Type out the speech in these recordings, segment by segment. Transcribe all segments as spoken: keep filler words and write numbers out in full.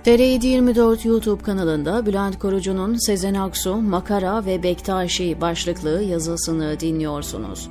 T R yedi yirmi dört YouTube kanalında Bülent Korucu'nun Sezen Aksu, Makara ve Bektaşi başlıklı yazısını dinliyorsunuz.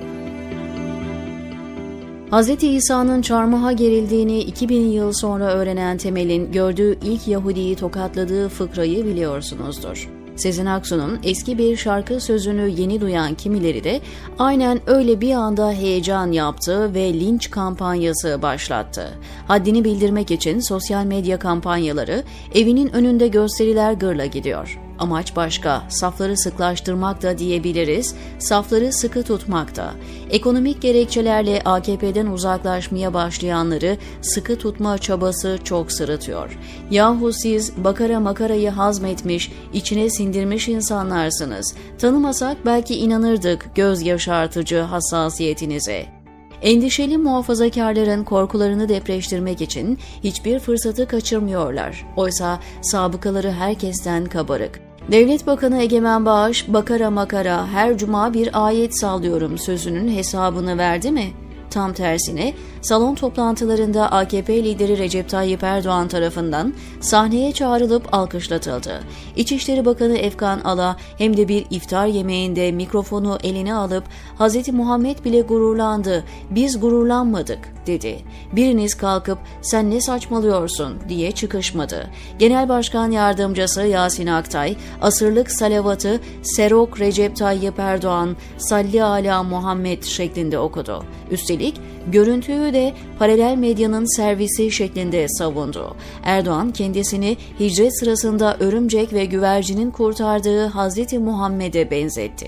Hz. İsa'nın çarmıha gerildiğini iki bin yıl sonra öğrenen Temel'in gördüğü ilk Yahudi'yi tokatladığı fıkrayı biliyorsunuzdur. Sezen Aksu'nun eski bir şarkı sözünü yeni duyan kimileri de aynen öyle bir anda heyecan yaptı ve linç kampanyası başlattı. Haddini bildirmek için sosyal medya kampanyaları, evinin önünde gösteriler gırla gidiyor. Amaç başka, safları sıklaştırmak da diyebiliriz, safları sıkı tutmak da. Ekonomik gerekçelerle A K P'den uzaklaşmaya başlayanları sıkı tutma çabası çok sırıtıyor. Yahu siz bakara makarayı hazmetmiş, içine sindirmiş insanlarsınız. Tanımasak belki inanırdık göz yaşartıcı hassasiyetinize. Endişeli muhafazakarların korkularını depreştirmek için hiçbir fırsatı kaçırmıyorlar. Oysa sabıkaları herkesten kabarık. Devlet Bakanı Egemen Bağış, bakara makara her cuma bir ayet sallıyorum sözünün hesabını verdi mi? Tam tersine salon toplantılarında A K P lideri Recep Tayyip Erdoğan tarafından sahneye çağrılıp alkışlatıldı. İçişleri Bakanı Efkan Ala hem de bir iftar yemeğinde mikrofonu eline alıp Hz. Muhammed bile gururlandı, biz gururlanmadık dedi. Biriniz kalkıp sen ne saçmalıyorsun diye çıkışmadı. Genel Başkan Yardımcısı Yasin Aktay, asırlık salavatı Serok Recep Tayyip Erdoğan, Salli ala Muhammed şeklinde okudu. Üstelik görüntüyü de paralel medyanın servisi şeklinde savundu. Erdoğan kendisini hicret sırasında örümcek ve güvercinin kurtardığı Hazreti Muhammed'e benzetti.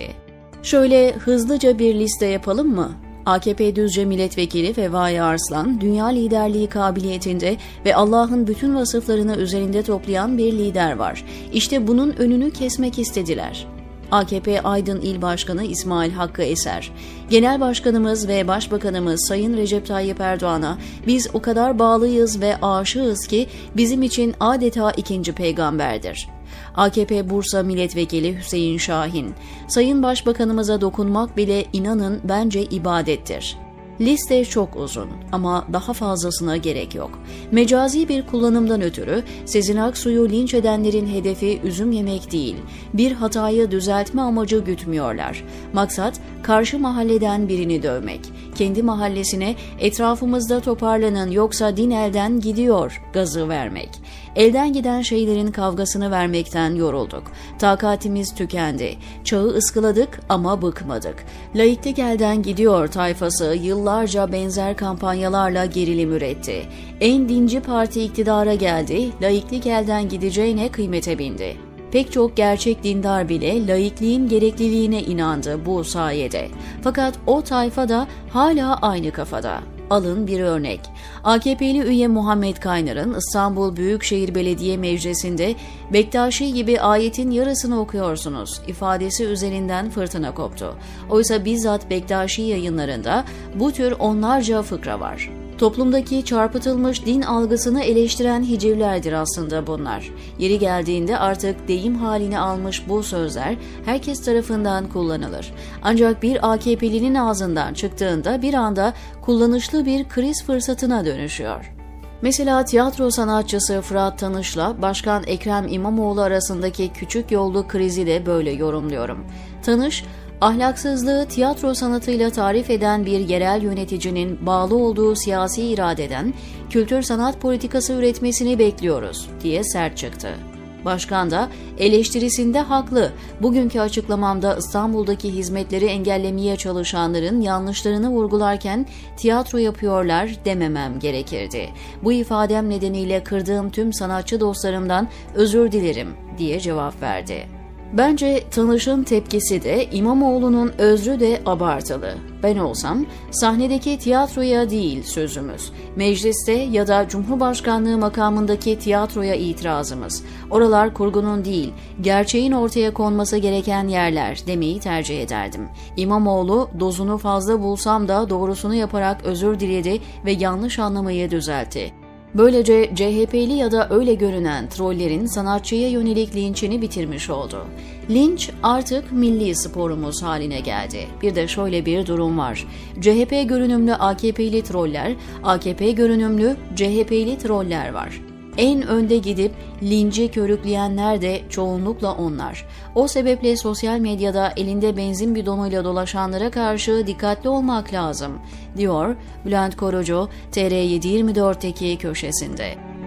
Şöyle hızlıca bir liste yapalım mı? A K P Düzce Milletvekili Fevai Arslan, dünya liderliği kabiliyetinde ve Allah'ın bütün vasıflarını üzerinde toplayan bir lider var. İşte bunun önünü kesmek istediler. A K P Aydın İl Başkanı İsmail Hakkı Eser, Genel Başkanımız ve Başbakanımız Sayın Recep Tayyip Erdoğan'a biz o kadar bağlıyız ve aşığız ki bizim için adeta ikinci peygamberdir. A K P Bursa Milletvekili Hüseyin Şahin, Sayın Başbakanımıza dokunmak bile inanın bence ibadettir. Liste çok uzun ama daha fazlasına gerek yok. Mecazi bir kullanımdan ötürü Sezen Aksu'yu linç edenlerin hedefi üzüm yemek değil, bir hatayı düzeltme amacı gütmüyorlar. Maksat karşı mahalleden birini dövmek, kendi mahallesine etrafımızda toparlanın yoksa din elden gidiyor gazı vermek. Elden giden şeylerin kavgasını vermekten yorulduk. Takatimiz tükendi. Çağı ıskaladık ama bıkmadık. Laiklik elden gidiyor tayfası yıllarca benzer kampanyalarla gerilim üretti. En dinci parti iktidara geldi, laiklik elden gideceğine kıymete bindi. Pek çok gerçek dindar bile laikliğin gerekliliğine inandı bu sayede. Fakat o tayfa da hala aynı kafada. Alın bir örnek. A K P'li üye Muhammed Kaynar'ın İstanbul Büyükşehir Belediye Meclisi'nde Bektaşi gibi ayetin yarısını okuyorsunuz ifadesi üzerinden fırtına koptu. Oysa bizzat Bektaşi yayınlarında bu tür onlarca fıkra var. Toplumdaki çarpıtılmış din algısını eleştiren hicivlerdir aslında bunlar. Yeri geldiğinde artık deyim halini almış bu sözler herkes tarafından kullanılır. Ancak bir A K P'linin ağzından çıktığında bir anda kullanışlı bir kriz fırsatına dönüşüyor. Mesela tiyatro sanatçısı Fırat Tanış'la Başkan Ekrem İmamoğlu arasındaki küçük yollu krizi de böyle yorumluyorum. Tanış, ahlaksızlığı tiyatro sanatıyla tarif eden bir yerel yöneticinin bağlı olduğu siyasi iradeden kültür sanat politikası üretmesini bekliyoruz diye sert çıktı. Başkan da eleştirisinde haklı. Bugünkü açıklamamda İstanbul'daki hizmetleri engellemeye çalışanların yanlışlarını vurgularken tiyatro yapıyorlar dememem gerekirdi. Bu ifadem nedeniyle kırdığım tüm sanatçı dostlarımdan özür dilerim diye cevap verdi. Bence Tanış'ın tepkisi de İmamoğlu'nun özrü de abartılı. Ben olsam sahnedeki tiyatroya değil sözümüz, mecliste ya da Cumhurbaşkanlığı makamındaki tiyatroya itirazımız. Oralar kurgunun değil, gerçeğin ortaya konması gereken yerler demeyi tercih ederdim. İmamoğlu dozunu fazla bulsam da doğrusunu yaparak özür diledi ve yanlış anlamayı düzeltti. Böylece C H P'li ya da öyle görünen trollerin sanatçıya yönelik linçini bitirmiş oldu. Linç artık milli sporumuz haline geldi. Bir de şöyle bir durum var. C H P görünümlü A K P'li troller, A K P görünümlü C H P'li troller var. En önde gidip linci körükleyenler de çoğunlukla onlar. O sebeple sosyal medyada elinde benzin bidonuyla dolaşanlara karşı dikkatli olmak lazım, diyor Bülent Korucu T R yedi yirmi dört'teki köşesinde.